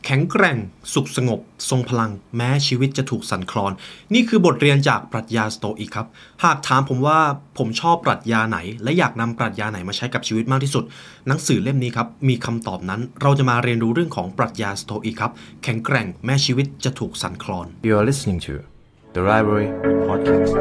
แข็งแกร่งสุขสงบทรงพลังแม้ชีวิตจะถูกสั่นคลอนนี่คือบทเรียนจากปรัชญาสโตอิกครับหากถามผมว่าผมชอบปรัชญาไหนและอยากนำปรัชญาไหนมาใช้กับชีวิตมากที่สุดหนังสือเล่มนี้ครับมีคำตอบนั้นเราจะมาเรียนรู้เรื่องของปรัชญาสโตอิกครับแข็งแกร่งแม้ชีวิตจะถูกสั่นคลอน You are listening to The Library Podcast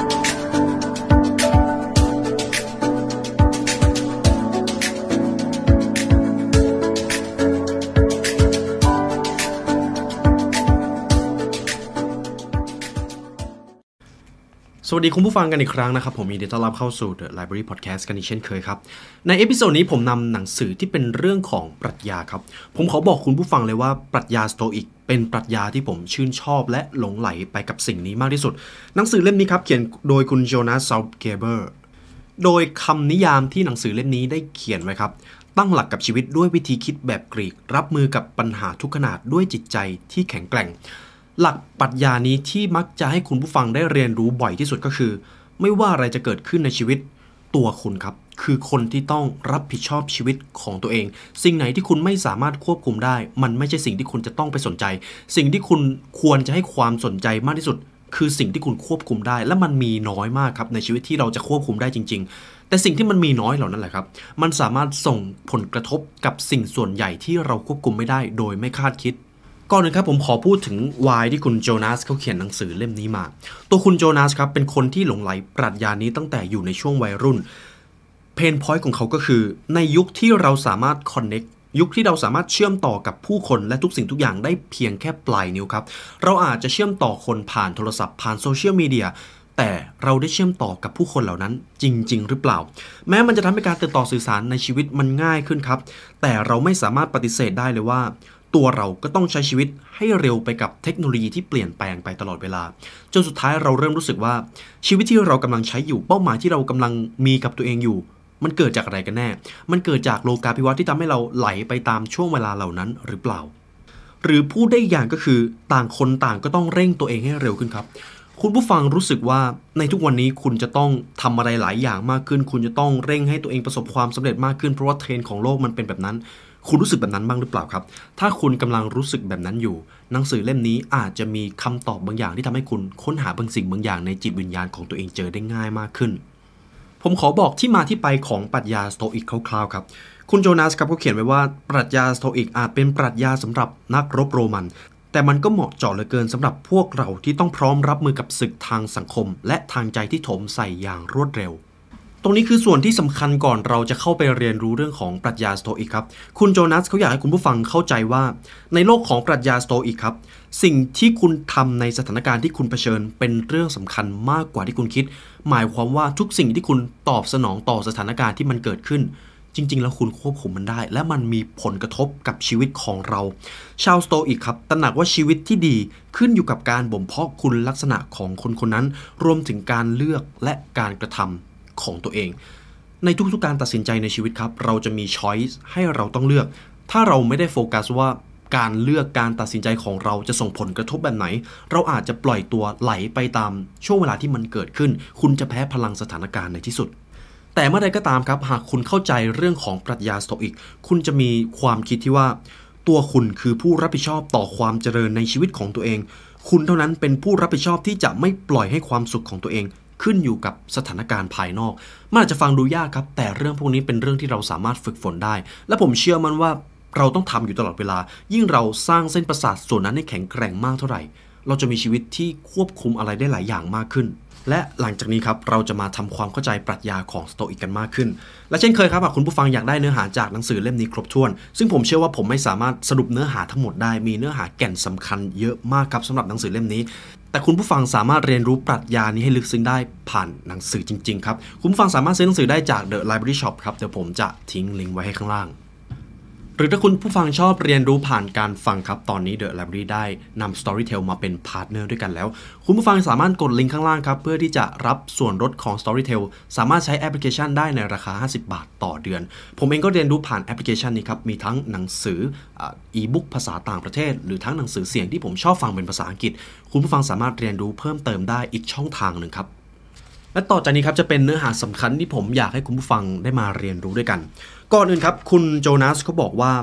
สวัสดีคุณผู้ฟังกันอีกครั้งนะครับผมยินดีต้อนรับเข้าสู่ The Library Podcast กันอีกเช่นเคยครับในเอพิโซดนี้ผมนำหนังสือที่เป็นเรื่องของปรัชญาครับผมขอบอกคุณผู้ฟังเลยว่าปรัชญาสโตอิกเป็นปรัชญาที่ผมชื่นชอบและหลงไหลไปกับสิ่งนี้มากที่สุดหนังสือเล่มนี้ครับเขียนโดยคุณโจนาส ซาลเกเบอร์โดยคำนิยามที่หนังสือเล่มนี้ได้เขียนไว้ครับตั้งหลักกับชีวิตด้วยวิธีคิดแบบกรีกรับมือกับปัญหาทุกขนาดด้วยจิตใจที่แข็งแกร่งหลักปรัชญานี้ที่มักจะให้คุณผู้ฟังได้เรียนรู้บ่อยที่สุดก็คือไม่ว่าอะไรจะเกิดขึ้นในชีวิตตัวคุณครับคือคนที่ต้องรับผิดชอบชีวิตของตัวเองสิ่งไหนที่คุณไม่สามารถควบคุมได้มันไม่ใช่สิ่งที่คุณจะต้องไปสนใจสิ่งที่คุณควรจะให้ความสนใจมากที่สุดคือสิ่งที่คุณควบคุมได้และมันมีน้อยมากครับในชีวิตที่เราจะควบคุมได้จริงๆแต่สิ่งที่มันมีน้อยเหล่านั้นแหละครับมันสามารถส่งผลกระทบกับสิ่งส่วนใหญ่ที่เราควบคุมไม่ได้โดยไม่คาดคิดก่อนอื่นครับผมขอพูดถึง why ที่คุณโจนาสเขาเขียนหนังสือเล่มนี้มาตัวคุณโจนาสครับเป็นคนที่หลงไหลปรัชญานี้ตั้งแต่อยู่ในช่วงวัยรุ่นเพนพอยต์ของเขาก็คือในยุคที่เราสามารถ connect ยุคที่เราสามารถเชื่อมต่อกับผู้คนและทุกสิ่งทุกอย่างได้เพียงแค่ปลายนิ้วครับเราอาจจะเชื่อมต่อคนผ่านโทรศัพท์ผ่านโซเชียลมีเดียแต่เราได้เชื่อมต่อกับผู้คนเหล่านั้นจริงๆหรือเปล่าแม้มันจะทำให้การติดต่อสื่อสารในชีวิตมันง่ายขึ้นครับแต่เราไม่สามารถปฏิเสธได้เลยว่าตัวเราก็ต้องใช้ชีวิตให้เร็วไปกับเทคโนโลยีที่เปลี่ยนแปลงไปตลอดเวลาจนสุดท้ายเราเริ่มรู้สึกว่าชีวิตที่เรากำลังใช้อยู่เป้าหมายที่เรากำลังมีกับตัวเองอยู่มันเกิดจากอะไรกันแน่มันเกิดจากโลกาภิวัตน์ที่ทำให้เราไหลไปตามช่วงเวลาเหล่านั้นหรือเปล่าหรือพูดได้อีกอย่างก็คือต่างคนต่างก็ต้องเร่งตัวเองให้เร็วขึ้นครับคุณผู้ฟังรู้สึกว่าในทุกวันนี้คุณจะต้องทำอะไรหลายอย่างมากขึ้นคุณจะต้องเร่งให้ตัวเองประสบความสำเร็จมากขึ้นเพราะว่าเทรนด์ของโลกมันเป็นแบบนั้นคุณรู้สึกแบบนั้นบ้างหรือเปล่าครับถ้าคุณกำลังรู้สึกแบบนั้นอยู่หนังสือเล่มนี้อาจจะมีคำตอบบางอย่างที่ทำให้คุณค้นหาบางสิ่งบางอย่างในจิตวิญญาณของตัวเองเจอได้ง่ายมากขึ้นผมขอบอกที่มาที่ไปของปรัชญาสโตอิกคร่าวๆครับคุณโจนาสครับเขาเขียนไว้ว่าปรัชญาสโตอิกอาจเป็นปรัชญาสำหรับนักรบโรมันแต่มันก็เหมาะเจาะเหลือเกินสำหรับพวกเราที่ต้องพร้อมรับมือกับศึกทางสังคมและทางใจที่โถมใส่อย่างรวดเร็วตรงนี้คือส่วนที่สำคัญก่อนเราจะเข้าไปเรียนรู้เรื่องของปรัชญาสโตอิกครับคุณโจนาสเขาอยากให้คุณผู้ฟังเข้าใจว่าในโลกของปรัชญาสโตอิกครับสิ่งที่คุณทำในสถานการณ์ที่คุณเผชิญเป็นเรื่องสำคัญมากกว่าที่คุณคิดหมายความว่าทุกสิ่งที่คุณตอบสนองต่อสถานการณ์ที่มันเกิดขึ้นจริงๆแล้วคุณควบคุมมันได้และมันมีผลกระทบกับชีวิตของเราชาวสโตอิกครับตระหนักว่าชีวิตที่ดีขึ้นอยู่กับการบ่มเพาะคุณลักษณะของคนคนนั้นรวมถึงการเลือกและการกระทำของตัวเองในทุกๆการตัดสินใจในชีวิตครับเราจะมีช้อยส์ให้เราต้องเลือกถ้าเราไม่ได้โฟกัสว่าการเลือกการตัดสินใจของเราจะส่งผลกระทบแบบไหนเราอาจจะปล่อยตัวไหลไปตามช่วงเวลาที่มันเกิดขึ้นคุณจะแพ้พลังสถานการณ์ในที่สุดแต่เมื่อใดก็ตามครับหากคุณเข้าใจเรื่องของปรัชญาสโตอิกคุณจะมีความคิดที่ว่าตัวคุณคือผู้รับผิดชอบต่อความเจริญในชีวิตของตัวเองคุณเท่านั้นเป็นผู้รับผิดชอบที่จะไม่ปล่อยให้ความสุขของตัวเองขึ้นอยู่กับสถานการณ์ภายนอกมันอาจจะฟังดูยากครับแต่เรื่องพวกนี้เป็นเรื่องที่เราสามารถฝึกฝนได้และผมเชื่อมั่นว่าเราต้องทำอยู่ตลอดเวลายิ่งเราสร้างเส้นประสาทส่วนนั้นให้แข็งแกร่งมากเท่าไหร่เราจะมีชีวิตที่ควบคุมอะไรได้หลายอย่างมากขึ้นและหลังจากนี้ครับเราจะมาทำความเข้าใจปรัชญาของสโตอิกกันมากขึ้นและเช่นเคยครับหากคุณผู้ฟังอยากได้เนื้อหาจากหนังสือเล่มนี้ครบถ้วนซึ่งผมเชื่อว่าผมไม่สามารถสรุปเนื้อหาทั้งหมดได้มีเนื้อหาแก่นสำคัญเยอะมากครับสำหรับหนังสือเล่มนี้แต่คุณผู้ฟังสามารถเรียนรู้ปรัชญานี้ให้ลึกซึ้งได้ผ่านหนังสือจริงๆครับคุณผู้ฟังสามารถซื้อหนังสือได้จาก The Library Shop ครับเดี๋ยวผมจะทิ้งลิงก์ไว้ให้ข้างล่างหรือถ้าคุณผู้ฟังชอบเรียนรู้ผ่านการฟังครับตอนนี้ The Library ได้นำ Storytel มาเป็นพาร์ทเนอร์ด้วยกันแล้วคุณผู้ฟังสามารถกดลิงก์ข้างล่างครับเพื่อที่จะรับส่วนลดของ Storytel สามารถใช้แอปพลิเคชันได้ในราคา50 บาทต่อเดือนผมเองก็เรียนรู้ผ่านแอปพลิเคชันนี้ครับมีทั้งหนังสืออีบุ๊กภาษาต่างประเทศหรือทั้งหนังสือเสียงที่ผมชอบฟังเป็นภาษาอังกฤษคุณผู้ฟังสามารถเรียนรู้เพิ่มเติมได้อีกช่องทางหนึ่งครับและต่อจากนี้ครับจะเป็นเนื้อหาสำคัญที่ผมอยากให้คุณผู้ฟังได้มาเรียนรู้ด้วยกันก่อนอื่นครับคุณโจนาสเขาบอกว่า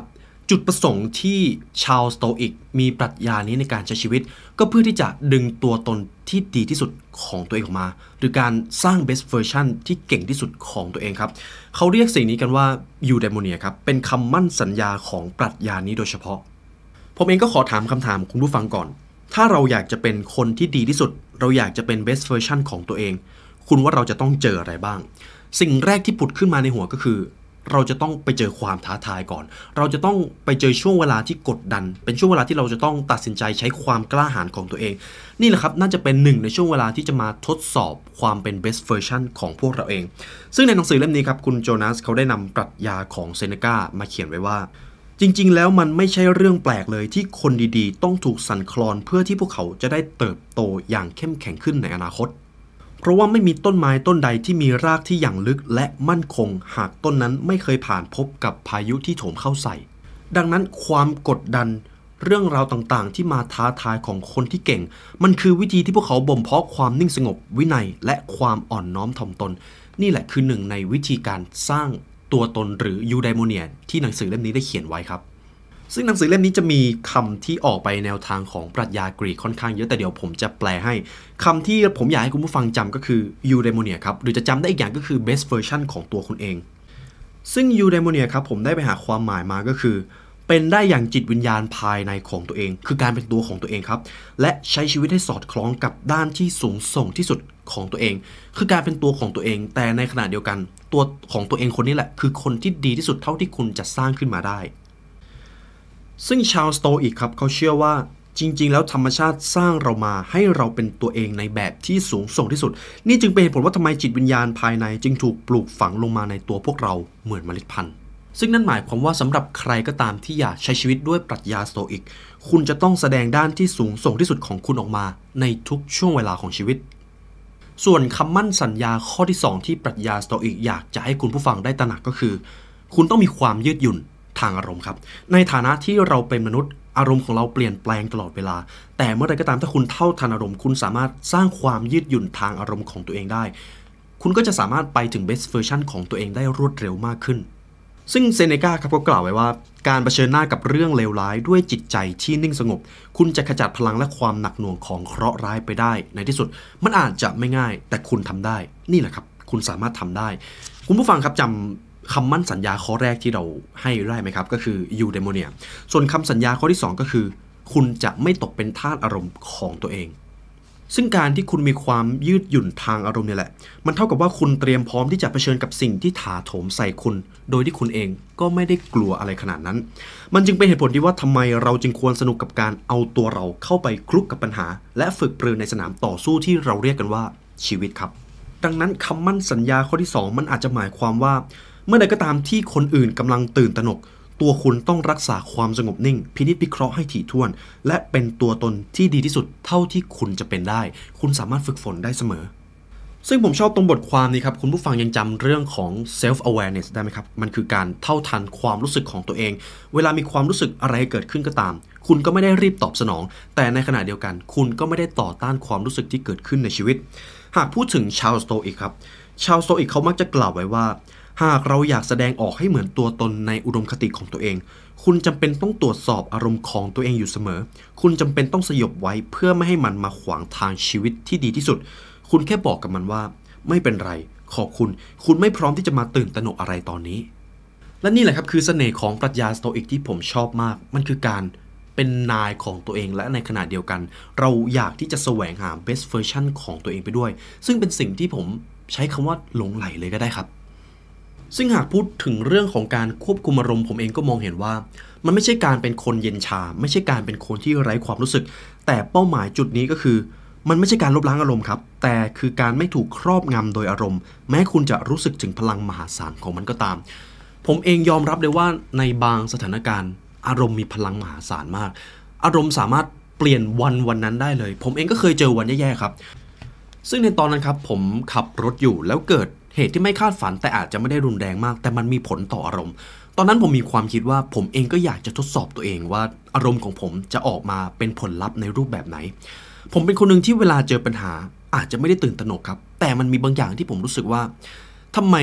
จุดประสงค์ที่ชาวสโตอิกมีปรัชญานี้ในการใช้ชีวิตก็เพื่อที่จะดึงตัวตนที่ดีที่สุดของตัวเองออกมาหรือการสร้าง best version ที่เก่งที่สุดของตัวเองครับเขาเรียกสิ่งนี้กันว่า eudaimonia ครับเป็นคำมั่นสัญญาของปรัชญานี้โดยเฉพาะผมเองก็ขอถามคำถามคุณผู้ฟังก่อนถ้าเราอยากจะเป็นคนที่ดีที่สุดเราอยากจะเป็น best version ของตัวเองคุณว่าเราจะต้องเจออะไรบ้างสิ่งแรกที่ผุดขึ้นมาในหัวก็คือเราจะต้องไปเจอความท้าทายก่อนเราจะต้องไปเจอช่วงเวลาที่กดดันเป็นช่วงเวลาที่เราจะต้องตัดสินใจใช้ความกล้าหาญของตัวเองนี่แหละครับน่าจะเป็นหนึ่งในช่วงเวลาที่จะมาทดสอบความเป็น best version ของพวกเราเองซึ่งในหนังสือเล่มนี้ครับคุณโจนาสเขาได้นำปรัชญาของเซเนกามาเขียนไว้ว่าจริงๆแล้วมันไม่ใช่เรื่องแปลกเลยที่คนดีๆต้องถูกสั่นคลอนเพื่อที่พวกเขาจะได้เติบโตอย่างเข้มแข็งขึ้นในอนาคตเพราะว่าไม่มีต้นไม้ต้นใดที่มีรากที่อย่างลึกและมั่นคงหากต้นนั้นไม่เคยผ่านพบกับพายุที่โถมเข้าใส่ดังนั้นความกดดันเรื่องราวต่างๆที่มาท้าทายของคนที่เก่งมันคือวิธีที่พวกเขาบ่มเพาะความนิ่งสงบวินัยและความอ่อนน้อมถ่อมตนนี่แหละคือหนึ่งในวิธีการสร้างตัวตนหรือ eudaimonia ที่หนังสือเล่มนี้ได้เขียนไว้ครับซึ่งหนังสือเล่มนี้จะมีคำที่ออกไปแนวทางของปรัชญากรีกค่อนข้างเยอะแต่เดี๋ยวผมจะแปลให้คำที่ผมอยากให้คุณผู้ฟังจำก็คือ eudaimonia ครับหรือจะจำได้อีกอย่างก็คือ best version ของตัวคุณเองซึ่ง eudaimonia ครับผมได้ไปหาความหมายมาก็คือเป็นได้อย่างจิตวิญญาณภายในของตัวเองคือการเป็นตัวของตัวเองครับและใช้ชีวิตให้สอดคล้องกับด้านที่สูงส่งที่สุดของตัวเองคือการเป็นตัวของตัวเองแต่ในขณะเดียวกันตัวของตัวเองคนนี้แหละคือคนที่ดีที่สุดเท่าที่คุณจะสร้างขึ้นมาได้ซึ่งชาวสโตอิกครับเขาเชื่อว่าจริงๆแล้วธรรมชาติสร้างเรามาให้เราเป็นตัวเองในแบบที่สูงส่งที่สุดนี่จึงเป็นเหตุผลว่าทำไมจิตวิญญาณภายในจึงถูกปลูกฝังลงมาในตัวพวกเราเหมือนเมล็ดพันธุ์ซึ่งนั่นหมายความว่าสำหรับใครก็ตามที่อยากใช้ชีวิตด้วยปรัชญาสโตอิกคุณจะต้องแสดงด้านที่สูงส่งที่สุดของคุณออกมาในทุกช่วงเวลาของชีวิตส่วนคำมั่นสัญญาข้อที่2ที่ปรัชญาสโตอิกอยากจะให้คุณผู้ฟังได้ตระหนักก็คือคุณต้องมีความยืดหยุ่นทางอารมณ์ครับในฐานะที่เราเป็นมนุษย์อารมณ์ของเราเปลี่ยนแปลงตลอดเวลาแต่เมื่อใดก็ตามถ้าคุณเท่าทันอารมณ์คุณสามารถสร้างความยืดหยุ่นทางอารมณ์ของตัวเองได้คุณก็จะสามารถไปถึง best version ของตัวเองได้รวดเร็วมากขึ้นซึ่งเซเนกาครับก็กล่าวไว้ว่าการเผชิญหน้ากับเรื่องเลวร้ายด้วยจิตใจที่นิ่งสงบคุณจะขจัดพลังและความหนักหน่วงของเคราะห์ร้ายไปได้ในที่สุดมันอาจจะไม่ง่ายแต่คุณทำได้นี่แหละครับคุณสามารถทำได้คุณผู้ฟังครับจำคำมั่นสัญญาข้อแรกที่เราให้ได้ไหมครับก็คือ eudaimonia ส่วนคำสัญญาข้อที่2ก็คือคุณจะไม่ตกเป็นทาสอารมณ์ของตัวเองซึ่งการที่คุณมีความยืดหยุ่นทางอารมณ์นี่แหละมันเท่ากับว่าคุณเตรียมพร้อมที่จะเผชิญกับสิ่งที่ถาโถมใส่คุณโดยที่คุณเองก็ไม่ได้กลัวอะไรขนาดนั้นมันจึงเป็นเหตุผลที่ว่าทำไมเราจึงควรสนุกกับการเอาตัวเราเข้าไปคลุกกับปัญหาและฝึกปรือในสนามต่อสู้ที่เราเรียกกันว่าชีวิตครับดังนั้นคำมั่นสัญญาข้อที่2มันอาจจะหมายความว่าเมื่อใดก็ตามที่คนอื่นกำลังตื่นตระหนกตัวคุณต้องรักษาความสงบนิ่งพินิจพิเคราะห์ให้ถี่ถ้วนและเป็นตัวตนที่ดีที่สุดเท่าที่คุณจะเป็นได้คุณสามารถฝึกฝนได้เสมอซึ่งผมชอบตรงบทความนี้ครับคุณผู้ฟังยังจำเรื่องของ self awareness ได้ไหมครับมันคือการเท่าทันความรู้สึกของตัวเองเวลามีความรู้สึกอะไรเกิดขึ้นก็ตามคุณก็ไม่ได้รีบตอบสนองแต่ในขณะเดียวกันคุณก็ไม่ได้ต่อต้านความรู้สึกที่เกิดขึ้นในชีวิตหากพูดถึงชาวสโตอิกครับชาวสโตอิกเขามักจะกล่าวไว้ว่าหากเราอยากแสดงออกให้เหมือนตัวตนในอุดมคติของตัวเองคุณจำเป็นต้องตรวจสอบอารมณ์ของตัวเองอยู่เสมอคุณจำเป็นต้องสยบไว้เพื่อไม่ให้มันมาขวางทางชีวิตที่ดีที่สุดคุณแค่บอกกับมันว่าไม่เป็นไรขอบคุณไม่พร้อมที่จะมาตื่นตระหนกอะไรตอนนี้และนี่แหละครับคือเสน่ห์ของปรัชญาสโตอิกที่ผมชอบมากมันคือการเป็นนายของตัวเองและในขณะเดียวกันเราอยากที่จะแสวงหา best version ของตัวเองไปด้วยซึ่งเป็นสิ่งที่ผมใช้คำว่าหลงใหลเลยก็ได้ครับซึ่งหากพูดถึงเรื่องของการควบคุมอารมณ์ผมเองก็มองเห็นว่ามันไม่ใช่การเป็นคนเย็นชาไม่ใช่การเป็นคนที่ไร้ความรู้สึกแต่เป้าหมายจุดนี้ก็คือมันไม่ใช่การลบล้างอารมณ์ครับแต่คือการไม่ถูกครอบงำโดยอารมณ์แม้คุณจะรู้สึกถึงพลังมหาศาลของมันก็ตามผมเองยอมรับเลยว่าในบางสถานการณ์อารมณ์มีพลังมหาศาลมากอารมณ์สามารถเปลี่ยนวันนั้นได้เลยผมเองก็เคยเจอวันแย่ๆครับซึ่งในตอนนั้นครับผมขับรถอยู่แล้วเกิดเหตุที่ไม่คาดฝันแต่อาจจะไม่ได้รุนแรงมากแต่มันมีผลต่ออารมณ์ตอนนั้นผมมีความคิดว่าผมเองก็อยากจะทดสอบตัวเองว่าอารมณ์ของผมจะออกมาเป็นผลลัพธ์ในรูปแบบไหนผมเป็นคนหนึ่งที่เวลาเจอปัญหาอาจจะไม่ได้ตื่นตระหนกครับแต่มันมีบางอย่างที่ผมรู้สึกว่าทำไม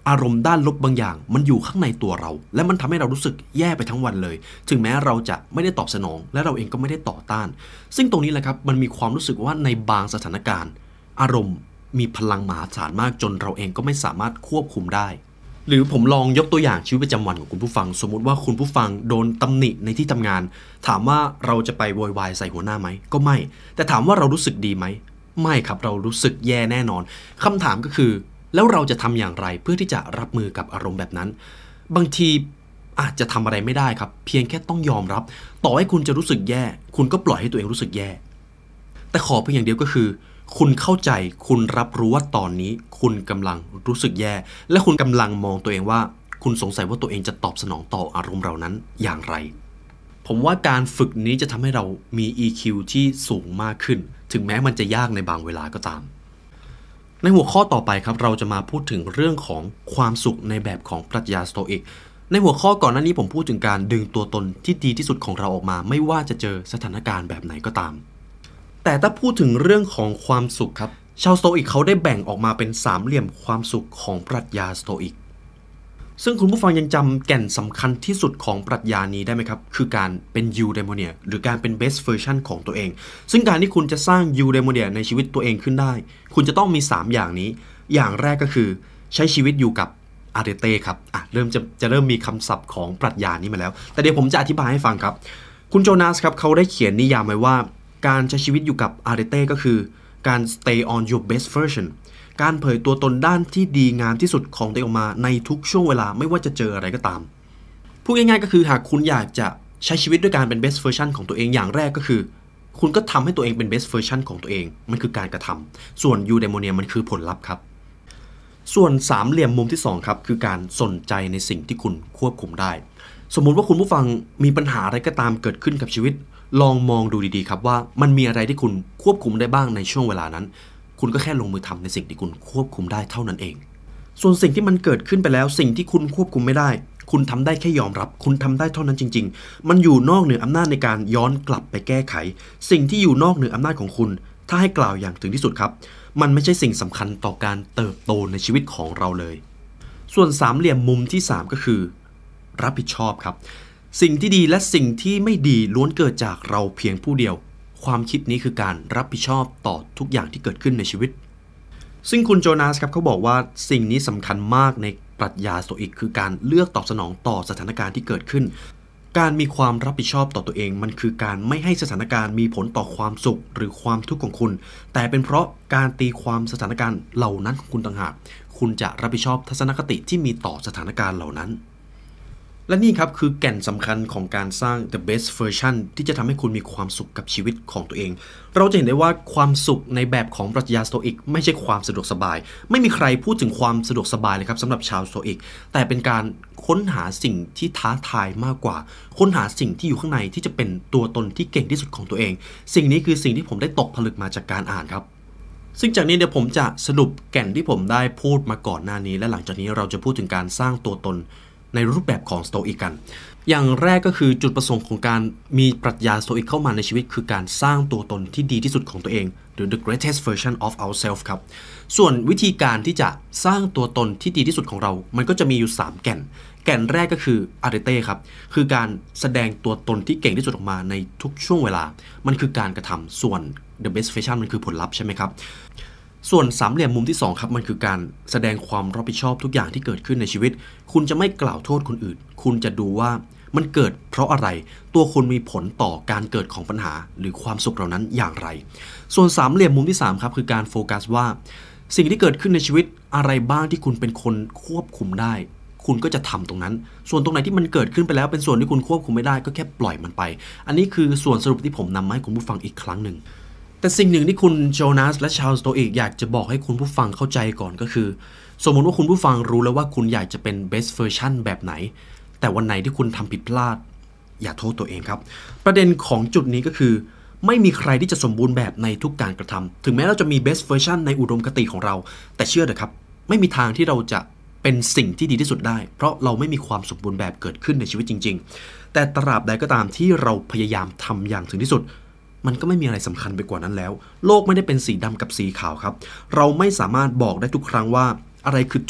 อารมณ์ด้านลบบางอย่างมันอยู่ข้างในตัวเราและมันทำให้เรารู้สึกแย่ไปทั้งวันเลยถึงแม้เราจะไม่ได้ตอบสนองและเราเองก็ไม่ได้ต่อต้านซึ่งตรงนี้แหละครับมันมีความรู้สึกว่าในบางสถานการณ์อารมณ์มีพลังมหาศาลมากจนเราเองก็ไม่สามารถควบคุมได้หรือผมลองยกตัวอย่างชีวิตประจำวันของคุณผู้ฟังสมมุติว่าคุณผู้ฟังโดนตำหนิในที่ทำงานถามว่าเราจะไปโวยวายใส่หัวหน้าไหมก็ไม่แต่ถามว่าเรารู้สึกดีไหมไม่ครับเรารู้สึกแย่แน่นอนคำถามก็คือแล้วเราจะทำอย่างไรเพื่อที่จะรับมือกับอารมณ์แบบนั้นบางทีอาจจะทำอะไรไม่ได้ครับเพียงแค่ต้องยอมรับต่อให้คุณจะรู้สึกแย่คุณก็ปล่อยให้ตัวเองรู้สึกแย่แต่ขอเพียงอย่างเดียวก็คือคุณเข้าใจคุณรับรู้ว่าตอนนี้คุณกำลังรู้สึกแย่และคุณกำลังมองตัวเองว่าคุณสงสัยว่าตัวเองจะตอบสนองต่ออารมณ์เหล่านั้นอย่างไรผมว่าการฝึกนี้จะทำให้เรามี EQ ที่สูงมากขึ้นถึงแม้มันจะยากในบางเวลาก็ตามในหัวข้อต่อไปครับเราจะมาพูดถึงเรื่องของความสุขในแบบของปรัชญาสโตอิกในหัวข้อก่อนหน้านี้ผมพูดถึงการดึงตัวตนที่ดีที่สุดของเราออกมาไม่ว่าจะเจอสถานการณ์แบบไหนก็ตามแต่ถ้าพูดถึงเรื่องของความสุขครับชาวสโตอิกเขาได้แบ่งออกมาเป็นสามเหลี่ยมความสุขของปรัชญาสโตอิกซึ่งคุณผู้ฟังยังจำแก่นสำคัญที่สุดของปรัชญานี้ได้ไหมครับคือการเป็นยูเดโมเนียหรือการเป็น best version ของตัวเองซึ่งการที่คุณจะสร้างยูเดโมเนียในชีวิตตัวเองขึ้นได้คุณจะต้องมี3อย่างนี้อย่างแรกก็คือใช้ชีวิตอยู่กับอาร์เต้ครับเริ่มมีคำศัพท์ของปรัชญานี้มาแล้วแต่เดี๋ยวผมจะอธิบายให้ฟังครับคุณโจนาสครับเขาได้เขียนนิยามไว้ว่าการใช้ชีวิตอยู่กับอาร์เต้ก็คือการ stay on your best version การเผยตัวตนด้านที่ดีงามที่สุดของตัวเองออกมาในทุกช่วงเวลาไม่ว่าจะเจออะไรก็ตามพูดง่ายๆก็คือหากคุณอยากจะใช้ชีวิตด้วยการเป็น best version ของตัวเองอย่างแรกก็คือคุณก็ทำให้ตัวเองเป็น best version ของตัวเองมันคือการกระทำส่วน eudaimonia มันคือผลลัพธ์ครับส่วนสามเหลี่ยมมุมที่2ครับคือการสนใจในสิ่งที่คุณควบคุมได้สมมุติว่าคุณผู้ฟังมีปัญหาอะไรก็ตามเกิดขึ้นกับชีวิตลองมองดูดีๆครับว่ามันมีอะไรที่คุณควบคุมได้บ้างในช่วงเวลานั้นคุณก็แค่ลงมือทำในสิ่งที่คุณควบคุมได้เท่านั้นเองส่วนสิ่งที่มันเกิดขึ้นไปแล้วสิ่งที่คุณควบคุมไม่ได้คุณทำได้แค่ยอมรับคุณทำได้เท่านั้นจริงๆมันอยู่นอกเหนืออำนาจในการย้อนกลับไปแก้ไขสิ่งที่อยู่นอกเหนืออำนาจของคุณถ้าให้กล่าวอย่างถึงที่สุดครับมันไม่ใช่สิ่งสำคัญต่อการเติบโตในชีวิตของเราเลยส่วนสามเหลี่ยมมุมที่3ก็คือรับผิดชอบครับสิ่งที่ดีและสิ่งที่ไม่ดีล้วนเกิดจากเราเพียงผู้เดียวความคิดนี้คือการรับผิดชอบต่อทุกอย่างที่เกิดขึ้นในชีวิตซึ่งคุณโจนาสครับเขาบอกว่าสิ่งนี้สำคัญมากในปรัชญาสโตอิกคือการเลือกตอบสนองต่อสถานการณ์ที่เกิดขึ้นการมีความรับผิดชอบต่อตัวเองมันคือการไม่ให้สถานการณ์มีผลต่อความสุขหรือความทุกข์ของคุณแต่เป็นเพราะการตีความสถานการณ์เหล่านั้นของคุณต่างหากคุณจะรับผิดชอบทัศนคติที่มีต่อสถานการณ์เหล่านั้นและนี่ครับคือแก่นสำคัญของการสร้าง the best version ที่จะทำให้คุณมีความสุขกับชีวิตของตัวเองเราจะเห็นได้ว่าความสุขในแบบของปรัชญาสโตอิกไม่ใช่ความสะดวกสบายไม่มีใครพูดถึงความสะดวกสบายเลยครับสำหรับชาวสโตอิกแต่เป็นการค้นหาสิ่งที่ท้าทายมากกว่าค้นหาสิ่งที่อยู่ข้างในที่จะเป็นตัวตนที่เก่งที่สุดของตัวเองสิ่งนี้คือสิ่งที่ผมได้ตกผลึกมาจากการอ่านครับซึ่งจากนี้เดี๋ยวผมจะสรุปแก่นที่ผมได้พูดมาก่อนหน้านี้และหลังจากนี้เราจะพูดถึงการสร้างตัวตนในรูปแบบของสโตอิกกันอย่างแรกก็คือจุดประสงค์ของการมีปรัชญาสโตอิกเข้ามาในชีวิตคือการสร้างตัวตนที่ดีที่สุดของตัวเองหรือ the greatest version of ourselves ครับส่วนวิธีการที่จะสร้างตัวตนที่ดีที่สุดของเรามันก็จะมีอยู่3แก่นแรกก็คืออาร์เต้ครับคือการแสดงตัวตนที่เก่งที่สุดออกมาในทุกช่วงเวลามันคือการกระทำส่วน the best version มันคือผลลัพธ์ใช่ไหมครับส่วนสามเหลี่ยมมุมที่2ครับมันคือการแสดงความรับผิดชอบทุกอย่างที่เกิดขึ้นในชีวิตคุณจะไม่กล่าวโทษคนอื่นคุณจะดูว่ามันเกิดเพราะอะไรตัวคุณมีผลต่อการเกิดของปัญหาหรือความสุขเหล่านั้นอย่างไรส่วนสามเหลี่ยมมุมที่3ครับคือการโฟกัสว่าสิ่งที่เกิดขึ้นในชีวิตอะไรบ้างที่คุณเป็นคนควบคุมได้คุณก็จะทำตรงนั้นส่วนตรงไหนที่มันเกิดขึ้นไปแล้วเป็นส่วนที่คุณควบคุมไม่ได้ก็แค่ปล่อยมันไปอันนี้คือส่วนสรุปที่ผมนำมาให้คุณผู้ฟังอีกครั้งหนึ่งแต่สิ่งหนึ่งที่คุณโจนาสและชาวสโตอิกอยากจะบอกให้คุณผู้ฟังเข้าใจก่อนก็คือสมมติว่าคุณผู้ฟังรู้แล้วว่าคุณอยากจะเป็น best version แบบไหนแต่วันไหนที่คุณทำผิดพลาดอย่าโทษตัวเองครับประเด็นของจุดนี้ก็คือไม่มีใครที่จะสมบูรณ์แบบในทุกการกระทำถึงแม้เราจะมี best version ในอุดมคติของเราแต่เชื่อเถอะครับไม่มีทางที่เราจะเป็นสิ่งที่ดีที่สุดได้เพราะเราไม่มีความสมบูรณ์แบบเกิดขึ้นในชีวิตจริงๆแต่ตราบใดก็ตามที่เราพยายามทำอย่างถึงที่สุดมันก็ไม่มีอะไรสำคัญไปกว่านั้นแล้วโลกไม่ได้เป็นสีดำกับสีขาวครับเราไม่สามารถบอกได้ทุกครั้งว่าอะไรคือถูก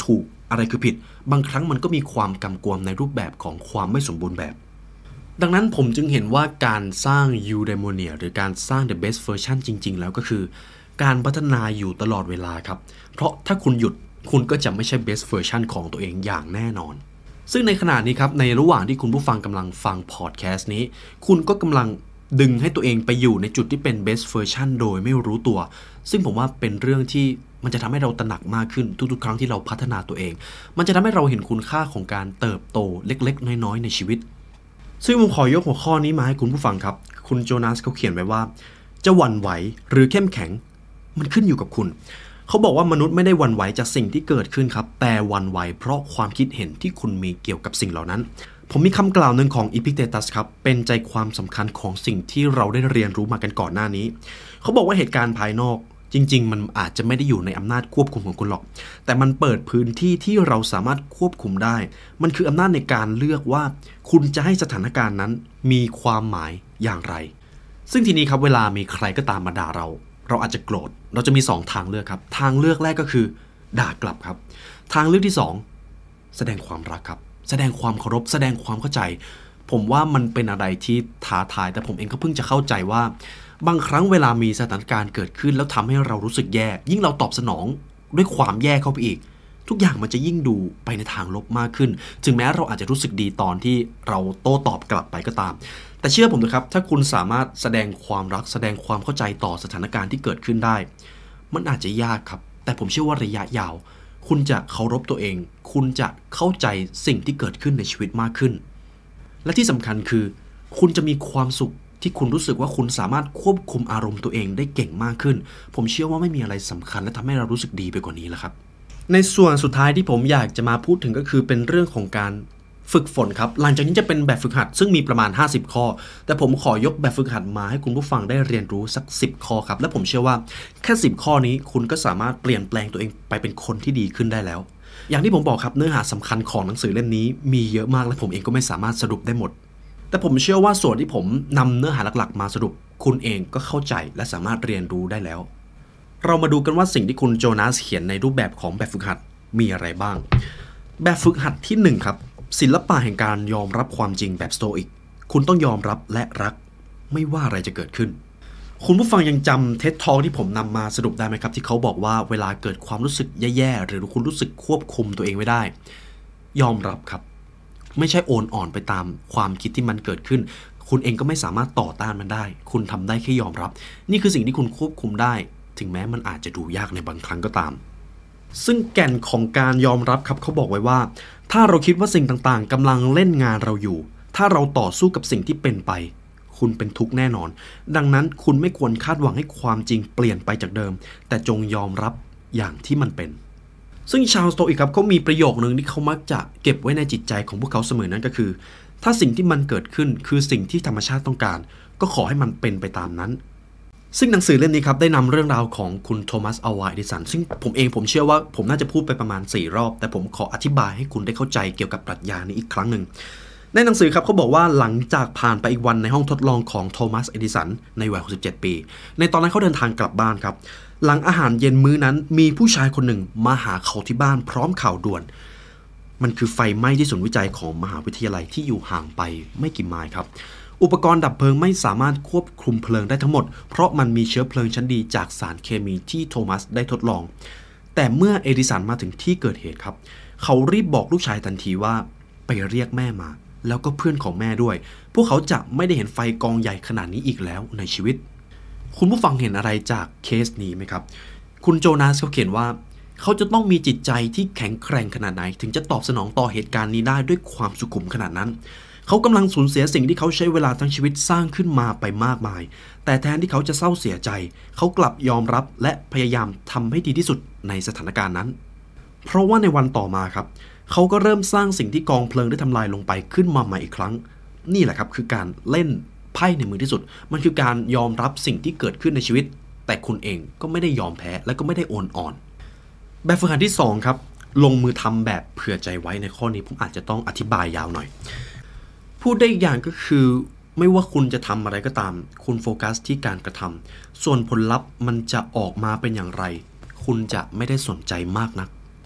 อะไรคือผิดบางครั้งมันก็มีความกำกวมในรูปแบบของความไม่สมบูรณ์แบบดังนั้นผมจึงเห็นว่าการสร้าง eudaimonia หรือการสร้าง the best version จริงๆแล้วก็คือการพัฒนาอยู่ตลอดเวลาครับเพราะถ้าคุณหยุดคุณก็จะไม่ใช่ best version ของตัวเองอย่างแน่นอนซึ่งในขณะนี้ครับในระหว่างที่คุณผู้ฟังกำลังฟังพอดแคสต์นี้คุณก็กำลังดึงให้ตัวเองไปอยู่ในจุดที่เป็น best version โดยไม่รู้ตัวซึ่งผมว่าเป็นเรื่องที่มันจะทำให้เราตระหนักมากขึ้นทุกๆครั้งที่เราพัฒนาตัวเองมันจะทำให้เราเห็นคุณค่าของการเติบโตเล็กๆน้อยๆในชีวิตซึ่งผมขอยกหัวข้อนี้มาให้คุณผู้ฟังครับคุณโจนาสเขาเขียนไว้ว่าจะหวั่นไหวหรือเข้มแข็งมันขึ้นอยู่กับคุณเขาบอกว่ามนุษย์ไม่ได้หวั่นไหวจากสิ่งที่เกิดขึ้นครับแต่หวั่นไหวเพราะความคิดเห็นที่คุณมีเกี่ยวกับสิ่งเหล่านั้นผมมีคำกล่าวหนึ่งของอีพิเตตัสครับเป็นใจความสำคัญของสิ่งที่เราได้เรียนรู้มากันก่อนหน้านี้เขาบอกว่าเหตุการณ์ภายนอกจริงๆมันอาจจะไม่ได้อยู่ในอำนาจควบคุมของคุณหรอกแต่มันเปิดพื้นที่ที่เราสามารถควบคุมได้มันคืออำนาจในการเลือกว่าคุณจะให้สถานการณ์นั้นมีความหมายอย่างไรซึ่งทีนี้ครับเวลามีใครก็ตามมาด่าเราอาจจะโกรธเราจะมี2ทางเลือกครับทางเลือกแรกก็คือด่ากลับครับทางเลือกที่2แสดงความรักครับแสดงความเคารพแสดงความเข้าใจผมว่ามันเป็นอะไรที่ท้าทายแต่ผมเองก็เพิ่งจะเข้าใจว่าบางครั้งเวลามีสถานการณ์เกิดขึ้นแล้วทำให้เรารู้สึกแย่ยิ่งเราตอบสนองด้วยความแย่เข้าไปอีกทุกอย่างมันจะยิ่งดูไปในทางลบมากขึ้นถึงแม้เราอาจจะรู้สึกดีตอนที่เราโต้ตอบกลับไปก็ตามแต่เชื่อผมนะครับถ้าคุณสามารถแสดงความรักแสดงความเข้าใจต่อสถานการณ์ที่เกิดขึ้นได้มันอาจจะยากครับแต่ผมเชื่อว่าระยะยาวคุณจะเคารพตัวเองคุณจะเข้าใจสิ่งที่เกิดขึ้นในชีวิตมากขึ้นและที่สำคัญคือคุณจะมีความสุขที่คุณรู้สึกว่าคุณสามารถควบคุมอารมณ์ตัวเองได้เก่งมากขึ้นผมเชื่อว่าไม่มีอะไรสำคัญและทำให้เรารู้สึกดีไปกว่านี้แล้วครับในส่วนสุดท้ายที่ผมอยากจะมาพูดถึงก็คือเป็นเรื่องของการฝึกฝนครับหลังจากนี้จะเป็นแบบฝึกหัดซึ่งมีประมาณ50ข้อแต่ผมขอยกแบบฝึกหัดมาให้คุณผู้ฟังได้เรียนรู้สัก10ข้อครับและผมเชื่อว่าแค่10ข้อนี้คุณก็สามารถเปลี่ยนแปลงตัวเองไปเป็นคนที่ดีขึ้นได้แล้วอย่างที่ผมบอกครับเนื้อหาสำคัญของหนังสือเล่มนี้มีเยอะมากและผมเองก็ไม่สามารถสรุปได้หมดแต่ผมเชื่อว่าส่วนที่ผมนำเนื้อหาหลักๆมาสรุปคุณเองก็เข้าใจและสามารถเรียนรู้ได้แล้วเรามาดูกันว่าสิ่งที่คุณโจนาสเขียนในรูปแบบของแบบฝึกหัดมีอะไรบ้างแบบฝึกหัดที่1ครับศิลปะแห่งการยอมรับความจริงแบบสโตอิกคุณต้องยอมรับและรักไม่ว่าอะไรจะเกิดขึ้นคุณผู้ฟังยังจำเท็ดทอล์กที่ผมนำมาสรุปได้ไหมครับที่เขาบอกว่าเวลาเกิดความรู้สึกแย่ๆหรือคุณรู้สึกควบคุมตัวเองไม่ได้ยอมรับครับไม่ใช่โอนอ่อนไปตามความคิดที่มันเกิดขึ้นคุณเองก็ไม่สามารถต่อต้านมันได้คุณทำได้แค่ยอมรับนี่คือสิ่งที่คุณควบคุมได้ถึงแม้มันอาจจะดูยากในบางครั้งก็ตามซึ่งแก่นของการยอมรับครับเขาบอกไว้ว่าถ้าเราคิดว่าสิ่งต่างๆกำลังเล่นงานเราอยู่ถ้าเราต่อสู้กับสิ่งที่เป็นไปคุณเป็นทุกข์แน่นอนดังนั้นคุณไม่ควรคาดหวังให้ความจริงเปลี่ยนไปจากเดิมแต่จงยอมรับอย่างที่มันเป็นซึ่งชาวสโตอิกครับเขามีประโยคนึงที่เขามักจะเก็บไว้ในจิตใจของพวกเขาเสมอนั้นก็คือถ้าสิ่งที่มันเกิดขึ้นคือสิ่งที่ธรรมชาติต้องการก็ขอให้มันเป็นไปตามนั้นซึ่งหนังสือเล่มนี้ครับได้นำเรื่องราวของคุณโทมัส อัลวา เอดิสันซึ่งผมเชื่อว่าผมน่าจะพูดไปประมาณ4รอบแต่ผมขออธิบายให้คุณได้เข้าใจเกี่ยวกับปรัชญานี้อีกครั้งหนึ่งในหนังสือครับเขาบอกว่าหลังจากผ่านไปอีกวันในห้องทดลองของโทมัส เอดิสันในวัย67ปีในตอนนั้นเขาเดินทางกลับบ้านครับหลังอาหารเย็นมื้อนั้นมีผู้ชายคนหนึ่งมาหาเขาที่บ้านพร้อมข่าวด่วนมันคือไฟไหม้ที่ศูนย์วิจัยของมหาวิทยาลัยที่อยู่ห่างไปไม่กี่ไมล์ครับอุปกรณ์ดับเพลิงไม่สามารถควบคุมเพลิงได้ทั้งหมดเพราะมันมีเชื้อเพลิงชั้นดีจากสารเคมีที่โทมัสได้ทดลองแต่เมื่อเอดิสันมาถึงที่เกิดเหตุครับเขารีบบอกลูกชายทันทีว่าไปเรียกแม่มาแล้วก็เพื่อนของแม่ด้วยพวกเขาจะไม่ได้เห็นไฟกองใหญ่ขนาดนี้อีกแล้วในชีวิตคุณผู้ฟังเห็นอะไรจากเคสนี้ไหมครับคุณโจนาสเขาเขียนว่าเขาจะต้องมีจิตใจที่แข็งแกร่งขนาดไหนถึงจะตอบสนองต่อเหตุการณ์นี้ได้ด้วยความสุขุมขนาดนั้นเขากำลังสูญเสียสิ่งที่เขาใช้เวลาทั้งชีวิตสร้างขึ้นมาไปมากมายแต่แทนที่เขาจะเศร้าเสียใจเขากลับยอมรับและพยายามทำให้ดีที่สุดในสถานการณ์นั้นเพราะว่าในวันต่อมาครับเขาก็เริ่มสร้างสิ่งที่กองเพลิงได้ทำลายลงไปขึ้นมาใหม่อีกครั้งนี่แหละครับคือการเล่นไพ่ในมือที่สุดมันคือการยอมรับสิ่งที่เกิดขึ้นในชีวิตแต่คุณเองก็ไม่ได้ยอมแพ้และก็ไม่ได้โอนอ่อนแบบฝึกหัดที่2ครับลงมือทำแบบเผื่อใจไว้ในข้อนี้ผมอาจจะต้องอธิบายยาวหน่อยพูดได้อีกอย่างก็คือไม่ว่าคุณจะทำอะไรก็ตามคุณโฟกัสที่การกระทำส่วนผลลัพธ์มันจะออกมาเป็นอย่างไรคุณจะไม่ได้สนใจมากนัก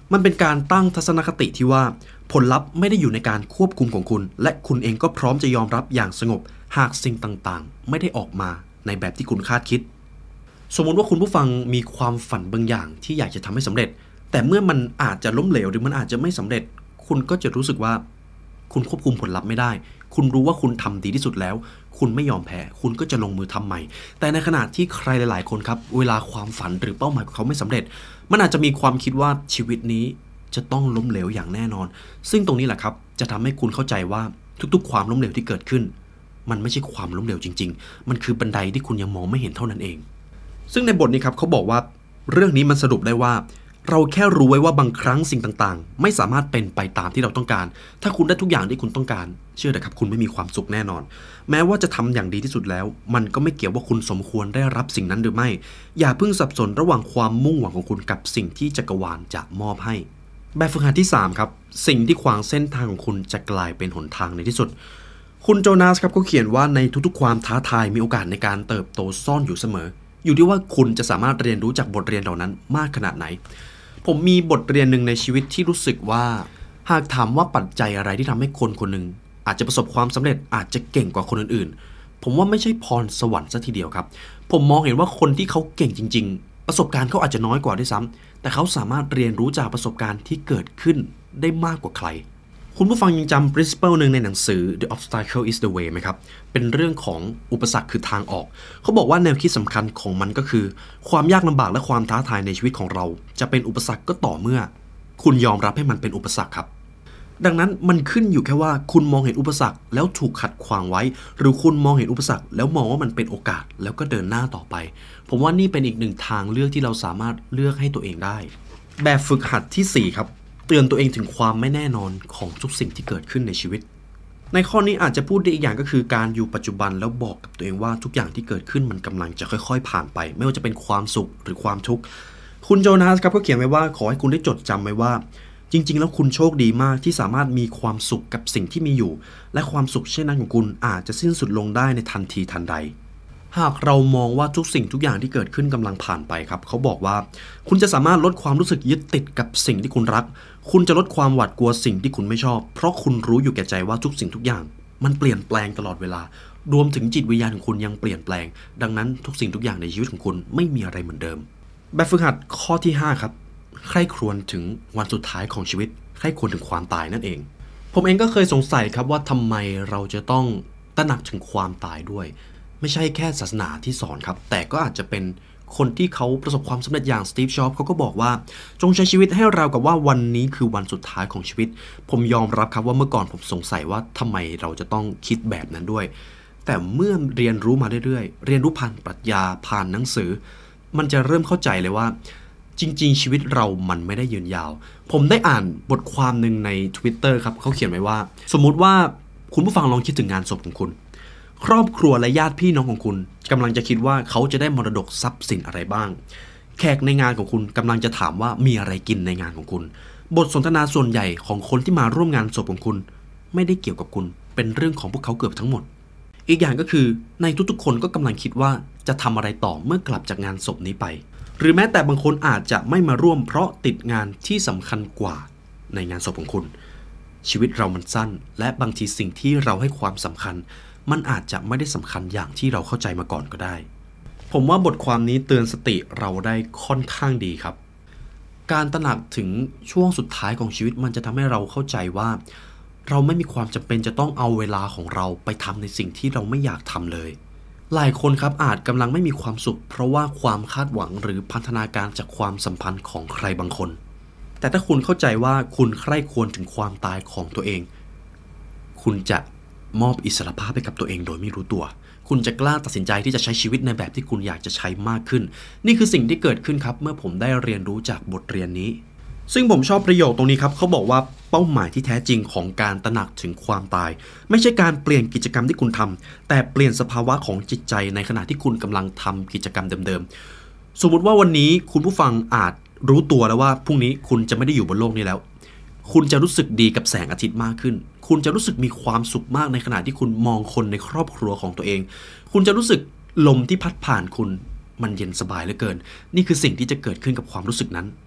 มันเป็นการตั้งทัศนคติที่ว่าผลลัพธ์ไม่ได้อยู่ในการควบคุมของคุณและคุณเองก็พร้อมจะยอมรับอย่างสงบหากสิ่งต่างๆไม่ได้ออกมาในแบบที่คุณคาดคิดสมมติว่าคุณผู้ฟังมีความฝันบางอย่างที่อยากจะทำให้สำเร็จแต่เมื่อมันอาจจะล้มเหลวหรือมันอาจจะไม่สำเร็จคุณก็จะรู้สึกว่าคุณควบคุมผลลัพธ์ไม่ได้คุณรู้ว่าคุณทำดีที่สุดแล้วคุณไม่ยอมแพ้คุณก็จะลงมือทำใหม่แต่ในขณะที่ใครหลายๆคนครับเวลาความฝันหรือเป้าหมายของเขาไม่สำเร็จมันอาจจะมีความคิดว่าชีวิตนี้จะต้องล้มเหลวอย่างแน่นอนซึ่งตรงนี้แหละครับจะทำให้คุณเข้าใจว่าทุกๆความล้มเหลวที่เกิดขึ้นมันไม่ใช่ความล้มเหลวจริงๆมันคือบันไดที่คุณยังมองไม่เห็นเท่านั้นเองซึ่งในบทนี้ครับเขาบอกว่าเรื่องนี้มันสรุปได้ว่าเราแค่รู้ไว้ว่าบางครั้งสิ่งต่างๆไม่สามารถเป็นไปตามที่เราต้องการถ้าคุณได้ทุกอย่างที่คุณต้องการเชื่อเถอะครับคุณไม่มีความสุขแน่นอนแม้ว่าจะทำอย่างดีที่สุดแล้วมันก็ไม่เกี่ยวว่าคุณสมควรได้รับสิ่งนั้นหรือไม่อย่าเพิ่งสับสนระหว่างความมุ่งหวังของคุณกับสิ่งที่จักรวาลจะมอบให้แบบฝึกหัดที่3ครับสิ่งที่ขวางเส้นทางของคุณจะกลายเป็นหนทางในที่สุดคุณโจนาสครับเขาเขียนว่าในทุกๆความท้าทายมีโอกาสในการเติบโตซ่อนอยู่เสมออยู่ที่ว่าคุณจะสามารถเรียนรู้จากบทเรียนเหล่านั้นมากขนาดไหนผมมีบทเรียนหนึ่งในชีวิตที่รู้สึกว่าหากถามว่าปัจจัยอะไรที่ทำให้คนคนหนึ่งอาจจะประสบความสำเร็จอาจจะเก่งกว่าคนอื่นๆผมว่าไม่ใช่พรสวรรค์ซะทีเดียวครับผมมองเห็นว่าคนที่เขาเก่งจริงๆประสบการณ์เขาอาจจะน้อยกว่าด้วยซ้ำแต่เขาสามารถเรียนรู้จากประสบการณ์ที่เกิดขึ้นได้มากกว่าใครคุณผู้ฟังยังจำ principle หนึ่งในหนังสือ The Obstacle is the Way ไหมครับเป็นเรื่องของอุปสรรคคือทางออกเขาบอกว่าแนวคิดสำคัญของมันก็คือความยากลำบากและความท้าทายในชีวิตของเราจะเป็นอุปสรรคก็ต่อเมื่อคุณยอมรับให้มันเป็นอุปสรรคครับดังนั้นมันขึ้นอยู่แค่ว่าคุณมองเห็นอุปสรรคแล้วถูกขัดขวางไว้หรือคุณมองเห็นอุปสรรคแล้วมองว่ามันเป็นโอกาสแล้วก็เดินหน้าต่อไปผมว่านี่เป็นอีกหนึ่งทางเลือกที่เราสามารถเลือกให้ตัวเองได้แบบฝึกหัดที่4ครับเตือนตัวเองถึงความไม่แน่นอนของทุกสิ่งที่เกิดขึ้นในชีวิตในข้อนี้อาจจะพูดได้อีกอย่างก็คือการอยู่ปัจจุบันแล้วบอกกับตัวเองว่าทุกอย่างที่เกิดขึ้นมันกำลังจะค่อยๆผ่านไปไม่ว่าจะเป็นความสุขหรือความทุกข์คุณโจนาสครับก็เขียนไว้ว่าขอให้คุณได้จดจำไว้ว่าจริงๆแล้วคุณโชคดีมากที่สามารถมีความสุขกับสิ่งที่มีอยู่และความสุขเช่นนั้นของคุณอาจจะสิ้นสุดลงได้ในทันทีทันใดหากเรามองว่าทุกสิ่งทุกอย่างที่เกิดขึ้นกำลังผ่านไปครับเขาบอกว่าคุณจะสามารถลดความรู้สึกยึดติดกับสิ่งที่คุณรักคุณจะลดความหวาดกลัวสิ่งที่คุณไม่ชอบเพราะคุณรู้อยู่แก่ใจว่าทุกสิ่งทุกอย่างมันเปลี่ยนแปลงตลอดเวลารวมถึงจิตวิญญาณของคุณยังเปลี่ยนแปลงดังนั้นทุกสิ่งทุกอย่างในชีวิตของคุณไม่มีอะไรเหมือนเดิมแบบฝึกหัดข้อที่5ครับใคร่ครวญถึงวันสุดท้ายของชีวิตใคร่ครวญถึงความตายนั่นเองผมเองก็เคยสงสัยครับว่าทำไมเราจะต้องตระหนักถึงความตายด้วยไม่ใช่แค่ศาสนาที่สอนครับแต่ก็อาจจะเป็นคนที่เขาประสบความสำเร็จอย่างสตีฟ จ็อบส์เขาก็บอกว่าจงใช้ชีวิตให้ราวกับว่าวันนี้คือวันสุดท้ายของชีวิตผมยอมรับครับว่าเมื่อก่อนผมสงสัยว่าทำไมเราจะต้องคิดแบบนั้นด้วยแต่เมื่อเรียนรู้มาเรื่อยๆเรียนรู้ผ่านปรัชญาผ่านหนังสือมันจะเริ่มเข้าใจเลยว่าจริงๆชีวิตเรามันไม่ได้ยืนยาวผมได้อ่านบทความหนึ่งใน Twitter ครับเขาเขียนไว้ว่าสมมุติว่าคุณผู้ฟังลองคิดถึงงานศพของคุณครอบครัวและญาติพี่น้องของคุณกำลังจะคิดว่าเขาจะได้มรดกทรัพย์สินอะไรบ้างแขกในงานของคุณกำลังจะถามว่ามีอะไรกินในงานของคุณบทสนทนาส่วนใหญ่ของคนที่มาร่วมงานศพของคุณไม่ได้เกี่ยวกับคุณเป็นเรื่องของพวกเขาเกือบทั้งหมดอีกอย่างก็คือในทุกๆคนก็กำลังคิดว่าจะทำอะไรต่อเมื่อกลับจากงานศพนี้ไปหรือแม้แต่บางคนอาจจะไม่มาร่วมเพราะติดงานที่สำคัญกว่าในงานศพของคุณชีวิตเรามันสั้นและบางทีสิ่งที่เราให้ความสำคัญมันอาจจะไม่ได้สำคัญอย่างที่เราเข้าใจมาก่อนก็ได้ผมว่าบทความนี้เตือนสติเราได้ค่อนข้างดีครับการตระหนักถึงช่วงสุดท้ายของชีวิตมันจะทำให้เราเข้าใจว่าเราไม่มีความจำเป็นจะต้องเอาเวลาของเราไปทำในสิ่งที่เราไม่อยากทำเลยหลายคนครับอาจกำลังไม่มีความสุขเพราะว่าความคาดหวังหรือพันธนาการจากความสัมพันธ์ของใครบางคนแต่ถ้าคุณเข้าใจว่าคุณใคร่ครวญถึงความตายของตัวเองคุณจะมอบอิสรภาพให้กับตัวเองโดยไม่รู้ตัวคุณจะกล้าตัดสินใจที่จะใช้ชีวิตในแบบที่คุณอยากจะใช้มากขึ้นนี่คือสิ่งที่เกิดขึ้นครับเมื่อผมได้เรียนรู้จากบทเรียนนี้ซึ่งผมชอบประโยคตรงนี้ครับเขาบอกว่าเป้าหมายที่แท้จริงของการตระหนักถึงความตายไม่ใช่การเปลี่ยนกิจกรรมที่คุณทำแต่เปลี่ยนสภาวะของจิตใจในขณะที่คุณกำลังทำกิจกรรมเดิมๆสมมติว่าวันนี้คุณผู้ฟังอาจรู้ตัวแล้วว่าพรุ่งนี้คุณจะไม่ได้อยู่บนโลกนี้แล้วคุณจะรู้สึกดีกับแสงอาทิตย์มากขึ้นคุณจะรู้สึกมีความสุขมากในขณะที่คุณมองคนในครอบครัวของตัวเองคุณจะรู้สึกลมที่พัดผ่านคุณมันเย็นสบายเหลือเกินนี่คือสิ่งที่จะเกิดขึ้นกับความรู้สึกนั้น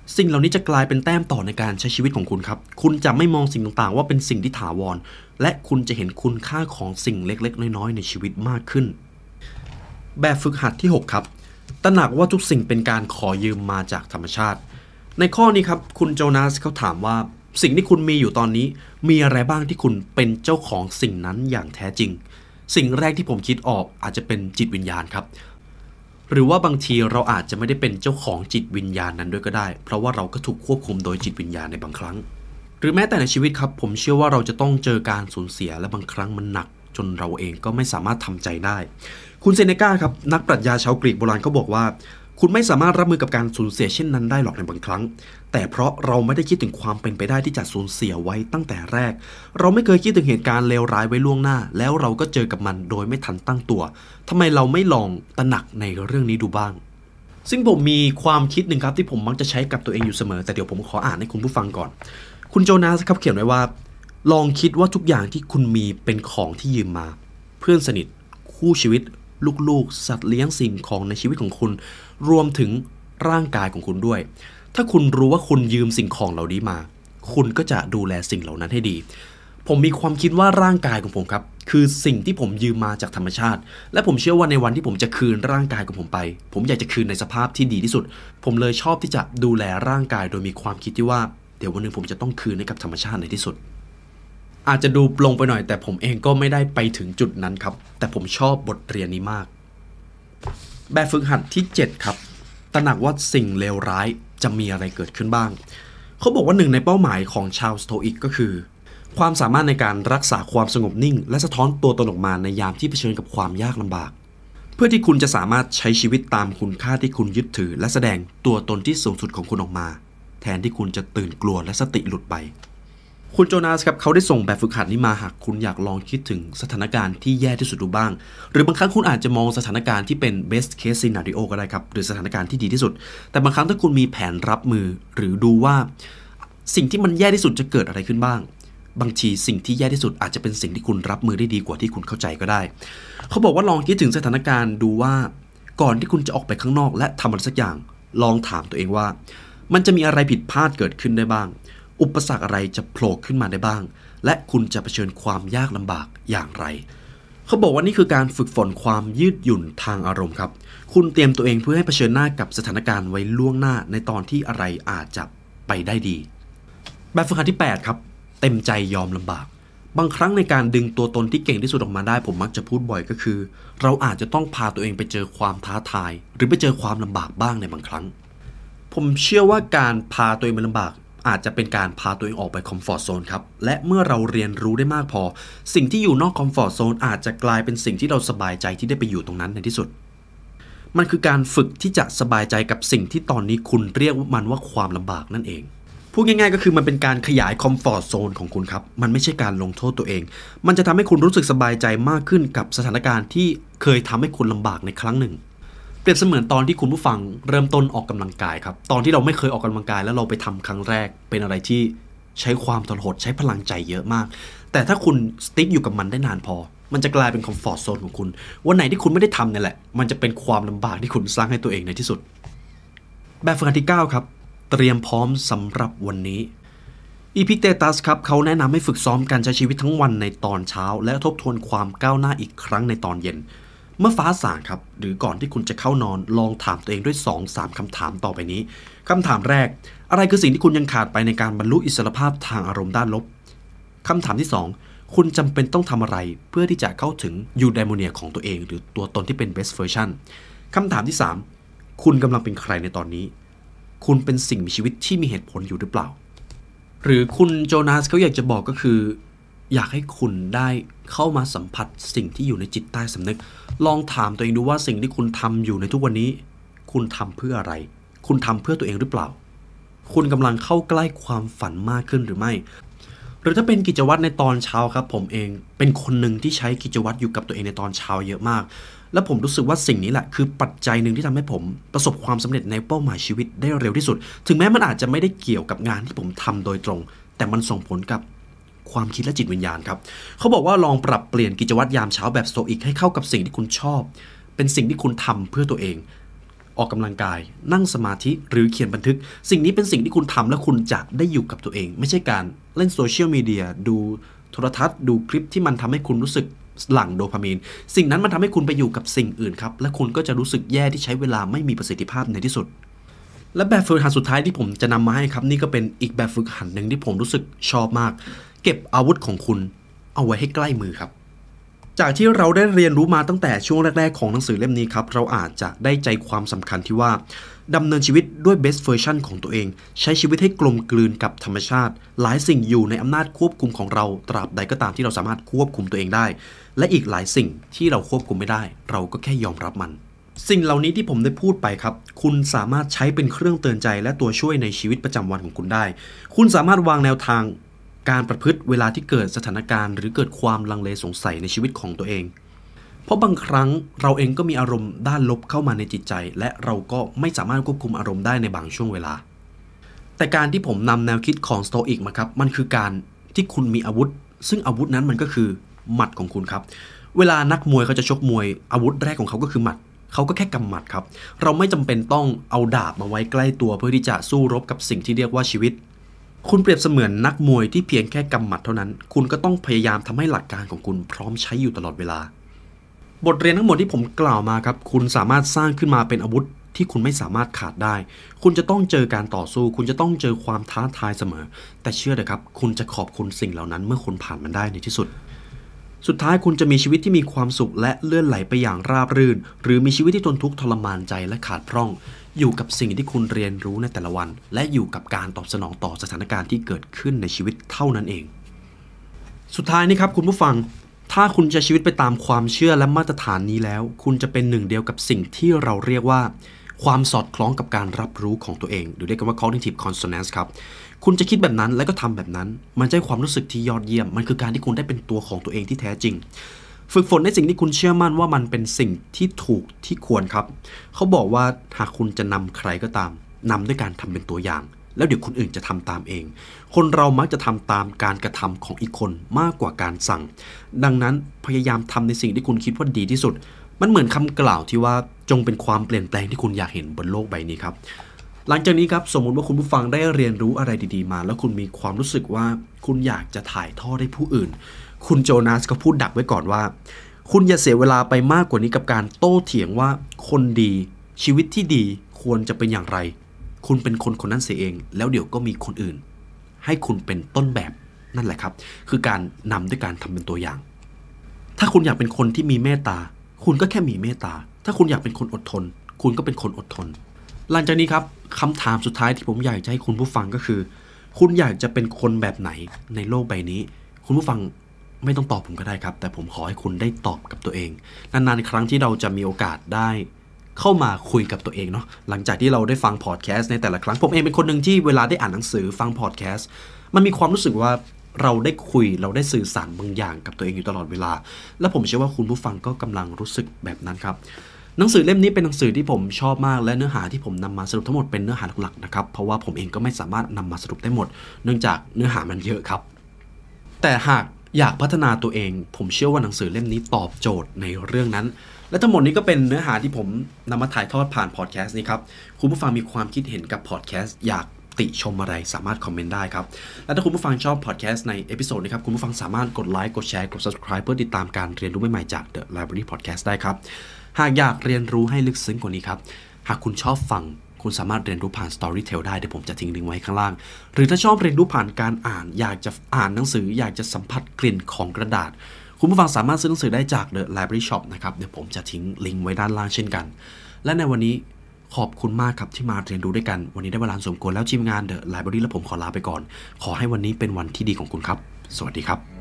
สิ่งเหล่านี้จะกลายเป็นแต้มต่อในการใช้ชีวิตของคุณครับคุณจะไม่มองสิ่งต่างๆว่าเป็นสิ่งที่ถาวรและคุณจะเห็นคุณค่าของสิ่งเล็กๆน้อยๆในชีวิตมากขึ้นแบบฝึกหัดที่6ครับตระหนักว่าทุกสิ่งเป็นการขอยืมมาจากธรรมชาติในข้อนี้ครับคุณโจนาสเขาถามว่าสิ่งที่คุณมีอยู่ตอนนี้มีอะไรบ้างที่คุณเป็นเจ้าของสิ่งนั้นอย่างแท้จริงสิ่งแรกที่ผมคิดออกอาจจะเป็นจิตวิญญาณครับหรือว่าบางทีเราอาจจะไม่ได้เป็นเจ้าของจิตวิญญาณนั้นด้วยก็ได้เพราะว่าเราก็ถูกควบคุมโดยจิตวิญญาณในบางครั้งหรือแม้แต่ในชีวิตครับผมเชื่อว่าเราจะต้องเจอการสูญเสียและบางครั้งมันหนักจนเราเองก็ไม่สามารถทำใจได้คุณเซเนกาครับนักปรัชญาชาวกรีกโบราณเขาบอกว่าคุณไม่สามารถรับมือกับการสูญเสียเช่นนั้นได้หรอกในบางครั้งแต่เพราะเราไม่ได้คิดถึงความเป็นไปได้ที่จะสูญเสียไว้ตั้งแต่แรกเราไม่เคยคิดถึงเหตุการณ์เลวร้ายไว้ล่วงหน้าแล้วเราก็เจอกับมันโดยไม่ทันตั้งตัวทำไมเราไม่ลองตระหนักในเรื่องนี้ดูบ้างซึ่งผมมีความคิดหนึ่งครับที่ผมมักจะใช้กับตัวเองอยู่เสมอแต่เดี๋ยวผมขออ่านให้คุณผู้ฟังก่อนคุณโจนาสครับเขียนไว้ว่าลองคิดว่าทุกอย่างที่คุณมีเป็นของที่ยืมมาเพื่อนสนิทคู่ชีวิตลูกๆสัตว์เลี้ยงสิ่งของในชีวิตของคุณรวมถึงร่างกายของคุณด้วยถ้าคุณรู้ว่าคุณยืมสิ่งของเหล่านี้มาคุณก็จะดูแลสิ่งเหล่านั้นให้ดีผมมีความคิดว่าร่างกายของผมครับคือสิ่งที่ผมยืมมาจากธรรมชาติและผมเชื่อว่าในวันที่ผมจะคืนร่างกายของผมไปผมอยากจะคืนในสภาพที่ดีที่สุดผมเลยชอบที่จะดูแลร่างกายโดยมีความคิดที่ว่าเดี๋ยววันนึงผมจะต้องคืนให้กับธรรมชาติในที่สุดอาจจะดูปลงไปหน่อยแต่ผมเองก็ไม่ได้ไปถึงจุดนั้นครับแต่ผมชอบบทเรียนนี้มากแบบฝึกหัดที่7ครับตระหนักว่าสิ่งเลวร้ายจะมีอะไรเกิดขึ้นบ้างเขาบอกว่าหนึ่งในเป้าหมายของชาวสโตอิกก็คือความสามารถในการรักษาความสงบนิ่งและสะท้อนตัวตนออกมาในยามที่เผชิญกับความยากลำบากเพื่อที่คุณจะสามารถใช้ชีวิตตามคุณค่าที่คุณยึดถือและแสดงตัวตนที่สูงสุดของคุณออกมาแทนที่คุณจะตื่นกลัวและสติหลุดไปคุณโจนาสครับเขาได้ส่งแบบฝึกหัดนี้มาหากคุณอยากลองคิดถึงสถานการณ์ที่แย่ที่สุดดูบ้างหรือบางครั้งคุณอาจจะมองสถานการณ์ที่เป็น best case scenario ก็ได้ครับหรือสถานการณ์ที่ดีที่สุดแต่บางครั้งถ้าคุณมีแผนรับมือหรือดูว่าสิ่งที่มันแย่ที่สุดจะเกิดอะไรขึ้นบ้างบางทีสิ่งที่แย่ที่สุดอาจจะเป็นสิ่งที่คุณรับมือได้ดีกว่าที่คุณเข้าใจก็ได้เขาบอกว่าลองคิดถึงสถานการณ์ดูว่าก่อนที่คุณจะออกไปข้างนอกและทำอะไรสักอย่างลองถามตัวเองว่ามันจะมีอะไรผิดพลาดเกิดขึ้นได้บ้างอุปสรรคอะไรจะโผล่ขึ้นมาได้บ้างและคุณจะเผชิญความยากลำบากอย่างไรเขาบอกว่านี่คือการฝึกฝนความยืดหยุ่นทางอารมณ์ครับคุณเตรียมตัวเองเพื่อให้เผชิญหน้ากับสถานการณ์ไว้ล่วงหน้าในตอนที่อะไรอาจจะไปได้ดีแบบฝึกหัดที่8ครับเต็มใจยอมลำบากบางครั้งในการดึงตัวตนที่เก่งที่สุดออกมาได้ผมมักจะพูดบ่อยก็คือเราอาจจะต้องพาตัวเองไปเจอความท้าทายหรือไปเจอความลำบากบ้างในบางครั้งผมเชื่อว่าการพาตัวเองไปลำบากอาจจะเป็นการพาตัวเองออกไปคอมฟอร์ตโซนครับและเมื่อเราเรียนรู้ได้มากพอสิ่งที่อยู่นอกคอมฟอร์ตโซนอาจจะกลายเป็นสิ่งที่เราสบายใจที่ได้ไปอยู่ตรงนั้นในที่สุดมันคือการฝึกที่จะสบายใจกับสิ่งที่ตอนนี้คุณเรียกมันว่าความลำบากนั่นเองพูดง่ายๆก็คือมันเป็นการขยายคอมฟอร์ตโซนของคุณครับมันไม่ใช่การลงโทษตัวเองมันจะทำให้คุณรู้สึกสบายใจมากขึ้นกับสถานการณ์ที่เคยทำให้คุณลำบากในครั้งหนึ่งเปรียบเสมือนตอนที่คุณผู้ฟังเริ่มต้นออกกำลังกายครับตอนที่เราไม่เคยออกกำลังกายแล้วเราไปทำครั้งแรกเป็นอะไรที่ใช้ความทรหดใช้พลังใจเยอะมากแต่ถ้าคุณสติ๊กอยู่กับมันได้นานพอมันจะกลายเป็นคอมฟอร์ตโซนของคุณวันไหนที่คุณไม่ได้ทำเนี่ยแหละมันจะเป็นความลำบากที่คุณสร้างให้ตัวเองในที่สุดแบบฝึกหัดที่9ครับเตรียมพร้อมสำหรับวันนี้อีพิกเตตัสครับเขาแนะนำให้ฝึกซ้อมการใช้ชีวิตทั้งวันในตอนเช้าและทบทวนความก้าวหน้าอีกครั้งในตอนเย็นเมื่อฟ้าสางครับหรือก่อนที่คุณจะเข้านอนลองถามตัวเองด้วย 2-3 คำถามต่อไปนี้คำถามแรกอะไรคือสิ่งที่คุณยังขาดไปในการบรรลุอิสรภาพทางอารมณ์ด้านลบคำถามที่2คุณจำเป็นต้องทำอะไรเพื่อที่จะเข้าถึงยูไดโมเนียของตัวเองหรือตัวตนที่เป็น best version คำถามที่3คุณกำลังเป็นใครในตอนนี้คุณเป็นสิ่งมีชีวิตที่มีเหตุผลอยู่หรือเปล่าหรือคุณโจนาสเขาอยากจะบอกก็คืออยากให้คุณได้เข้ามาสัมผัสสิ่งที่อยู่ในจิตใต้สำนึกลองถามตัวเองดูว่าสิ่งที่คุณทำอยู่ในทุกวันนี้คุณทำเพื่ออะไรคุณทำเพื่อตัวเองหรือเปล่าคุณกำลังเข้าใกล้ความฝันมากขึ้นหรือไม่หรือถ้าเป็นกิจวัตรในตอนเช้าครับผมเองเป็นคนหนึ่งที่ใช้กิจวัตรอยู่กับตัวเองในตอนเช้าเยอะมากและผมรู้สึกว่าสิ่งนี้แหละคือปัจจัยหนึ่งที่ทำให้ผมประสบความสำเร็จในเป้าหมายชีวิตได้เร็วที่สุดถึงแม้มันอาจจะไม่ได้เกี่ยวกับงานที่ผมทำโดยตรงแต่มันส่งผลกับความคิดและจิตวิญญาณครับเขาบอกว่าลองปรับเปลี่ยนกิจวัตรยามเช้าแบบสโตอิกให้เข้ากับสิ่งที่คุณชอบเป็นสิ่งที่คุณทำเพื่อตัวเองออกกำลังกายนั่งสมาธิหรือเขียนบันทึกสิ่งนี้เป็นสิ่งที่คุณทำและคุณจะได้อยู่กับตัวเองไม่ใช่การเล่นโซเชียลมีเดียดูโทรทัศน์ดูคลิปที่มันทำให้คุณรู้สึกหลั่งโดพามีนสิ่งนั้นมันทำให้คุณไปอยู่กับสิ่งอื่นครับและคุณก็จะรู้สึกแย่ที่ใช้เวลาไม่มีประสิทธิภาพในที่สุดและแบบฝึกหัดสุดท้ายที่ผมจะนำมาให้ครับนี่ก็เป็นอีกแบบฝึกหัดหนึ่งที่ผมรู้สึกชอบมากเก็บอาวุธของคุณเอาไว้ให้ใกล้มือครับจากที่เราได้เรียนรู้มาตั้งแต่ช่วงแรกๆของหนังสือเล่มนี้ครับเราอาจจะได้ใจความสำคัญที่ว่าดำเนินชีวิตด้วย best version ของตัวเองใช้ชีวิตให้กลมกลืนกับธรรมชาติหลายสิ่งอยู่ในอำนาจควบคุมของเราตราบใดก็ตามที่เราสามารถควบคุมตัวเองได้และอีกหลายสิ่งที่เราควบคุมไม่ได้เราก็แค่ยอมรับมันสิ่งเหล่านี้ที่ผมได้พูดไปครับคุณสามารถใช้เป็นเครื่องเตือนใจและตัวช่วยในชีวิตประจำวันของคุณได้คุณสามารถวางแนวทางการประพฤติเวลาที่เกิดสถานการณ์หรือเกิดความลังเลสงสัยในชีวิตของตัวเองเพราะบางครั้งเราเองก็มีอารมณ์ด้านลบเข้ามาในจิตใจและเราก็ไม่สามารถควบคุมอารมณ์ได้ในบางช่วงเวลาแต่การที่ผมนำแนวคิดของสโตอิกมาครับมันคือการที่คุณมีอาวุธซึ่งอาวุธนั้นมันก็คือหมัดของคุณครับเวลานักมวยเขาจะชกมวยอาวุธแรกของเขาก็คือหมัดเขาก็แค่กำหมัดครับเราไม่จำเป็นต้องเอาดาบมาไว้ใกล้ตัวเพื่อที่จะสู้รบกับสิ่งที่เรียกว่าชีวิตคุณเปรียบเสมือนนักมวยที่เพียงแค่กำหมัดเท่านั้นคุณก็ต้องพยายามทำให้หลักการของคุณพร้อมใช้อยู่ตลอดเวลาบทเรียนทั้งหมดที่ผมกล่าวมาครับคุณสามารถสร้างขึ้นมาเป็นอาวุธที่คุณไม่สามารถขาดได้คุณจะต้องเจอการต่อสู้คุณจะต้องเจอความท้าทายเสมอแต่เชื่อเถอะครับคุณจะขอบคุณสิ่งเหล่านั้นเมื่อคุณผ่านมันได้ในที่สุดสุดท้ายคุณจะมีชีวิตที่มีความสุขและเลื่อนไหลไปอย่างราบรื่นหรือมีชีวิตที่ทนทุกข์ทรมานใจและขาดพร่องอยู่กับสิ่งที่คุณเรียนรู้ในแต่ละวันและอยู่กับการตอบสนองต่อสถานการณ์ที่เกิดขึ้นในชีวิตเท่านั้นเองสุดท้ายนี่ครับคุณผู้ฟังถ้าคุณจะชีวิตไปตามความเชื่อและมาตรฐานนี้แล้วคุณจะเป็นหนึ่งเดียวกับสิ่งที่เราเรียกว่าความสอดคล้องกับการรับรู้ของตัวเองหรือเรียกกันว่า cognitive consonance ครับคุณจะคิดแบบนั้นและก็ทำแบบนั้นมันจะให้ความรู้สึกที่ยอดเยี่ยมมันคือการที่คุณได้เป็นตัวของตัวเองที่แท้จริงฝึกฝนในสิ่งที่คุณเชื่อมั่นว่ามันเป็นสิ่งที่ถูกที่ควรครับเขาบอกว่าหากคุณจะนำใครก็ตามนำด้วยการทำเป็นตัวอย่างแล้วเดี๋ยวคนอื่นจะทำตามเองคนเรามักจะทำตามการกระทำของอีกคนมากกว่าการสั่งดังนั้นพยายามทำในสิ่งที่คุณคิดว่าดีที่สุดมันเหมือนคำกล่าวที่ว่าจงเป็นความเปลี่ยนแปลงที่คุณอยากเห็นบนโลกใบนี้ครับหลังจากนี้ครับสมมุติว่าคุณผู้ฟังได้เรียนรู้อะไรดีๆมาแล้วคุณมีความรู้สึกว่าคุณอยากจะถ่ายทอดให้ผู้อื่นคุณโจนาสก็พูดดักไว้ก่อนว่าคุณอย่าเสียเวลาไปมากกว่านี้กับการโต้เถียงว่าคนดีชีวิตที่ดีควรจะเป็นอย่างไรคุณเป็นคนคนนั้นเสียเองแล้วเดี๋ยวก็มีคนอื่นให้คุณเป็นต้นแบบนั่นแหละครับคือการนำด้วยการทำเป็นตัวอย่างถ้าคุณอยากเป็นคนที่มีเมตตาคุณก็แค่มีเมตตาถ้าคุณอยากเป็นคนอดทนคุณก็เป็นคนอดทนหลังจากนี้ครับคำถามสุดท้ายที่ผมอยากจะให้คุณผู้ฟังก็คือคุณอยากจะเป็นคนแบบไหนในโลกใบนี้คุณผู้ฟังไม่ต้องตอบผมก็ได้ครับแต่ผมขอให้คุณได้ตอบกับตัวเองนานๆครั้งที่เราจะมีโอกาสได้เข้ามาคุยกับตัวเองเนาะหลังจากที่เราได้ฟังพอดแคสต์ในแต่ละครั้งผมเองเป็นคนหนึ่งที่เวลาได้อ่านหนังสือฟังพอดแคสต์มันมีความรู้สึกว่าเราได้คุยเราได้สื่อสารบางอย่างกับตัวเองอยู่ตลอดเวลาและผมเชื่อว่าคุณผู้ฟังก็กำลังรู้สึกแบบนั้นครับหนังสือเล่มนี้เป็นหนังสือที่ผมชอบมากและเนื้อหาที่ผมนำมาสรุปทั้งหมดเป็นเนื้อหาหลักๆนะครับเพราะว่าผมเองก็ไม่สามารถนำมาสรุปได้หมดเนื่องจากเนื้อหามันเยอะครับแต่หากอยากพัฒนาตัวเองผมเชื่อว่าหนังสือเล่มนี้ตอบโจทย์ในเรื่องนั้นและทั้งหมดนี้ก็เป็นเนื้อหาที่ผมนำมาถ่ายทอดผ่านพอดแคสต์นี้ครับคุณผู้ฟังมีความคิดเห็นกับพอดแคสต์อยากติชมอะไรสามารถคอมเมนต์ได้ครับและถ้าคุณผู้ฟังชอบพอดแคสต์ในเอพิโซดนี้ครับคุณผู้ฟังสามารถกดไลค์กดแชร์กด Subscribe เพื่อติดตามการเรียนรู้ใหม่ๆจาก The Library Podcast ได้ครับหากอยากเรียนรู้ให้ลึกซึ้งกว่านี้ครับหากคุณชอบฟังคุณสามารถเรียนรู้ผ่าน Storytel ได้เดี๋ยวผมจะทิ้งลิงก์ไว้ข้างล่างหรือถ้าชอบเรียนรู้ผ่านการอ่านอยากจะอ่านหนังสืออยากจะสัมผัสกลิ่นของกระดาษคุณผู้ฟังสามารถซื้อหนังสือได้จาก The Library Shop นะครับเดี๋ยวผมจะทิ้งลิงก์ไว้ด้านล่างเช่นกันและในวันนี้ขอบคุณมากครับที่มาเรียนรู้ด้วยกันวันนี้ได้เวลาสมควรแล้วทีมงาน The Library และผมขอลาไปก่อนขอให้วันนี้เป็นวันที่ดีของคุณครับสวัสดีครับ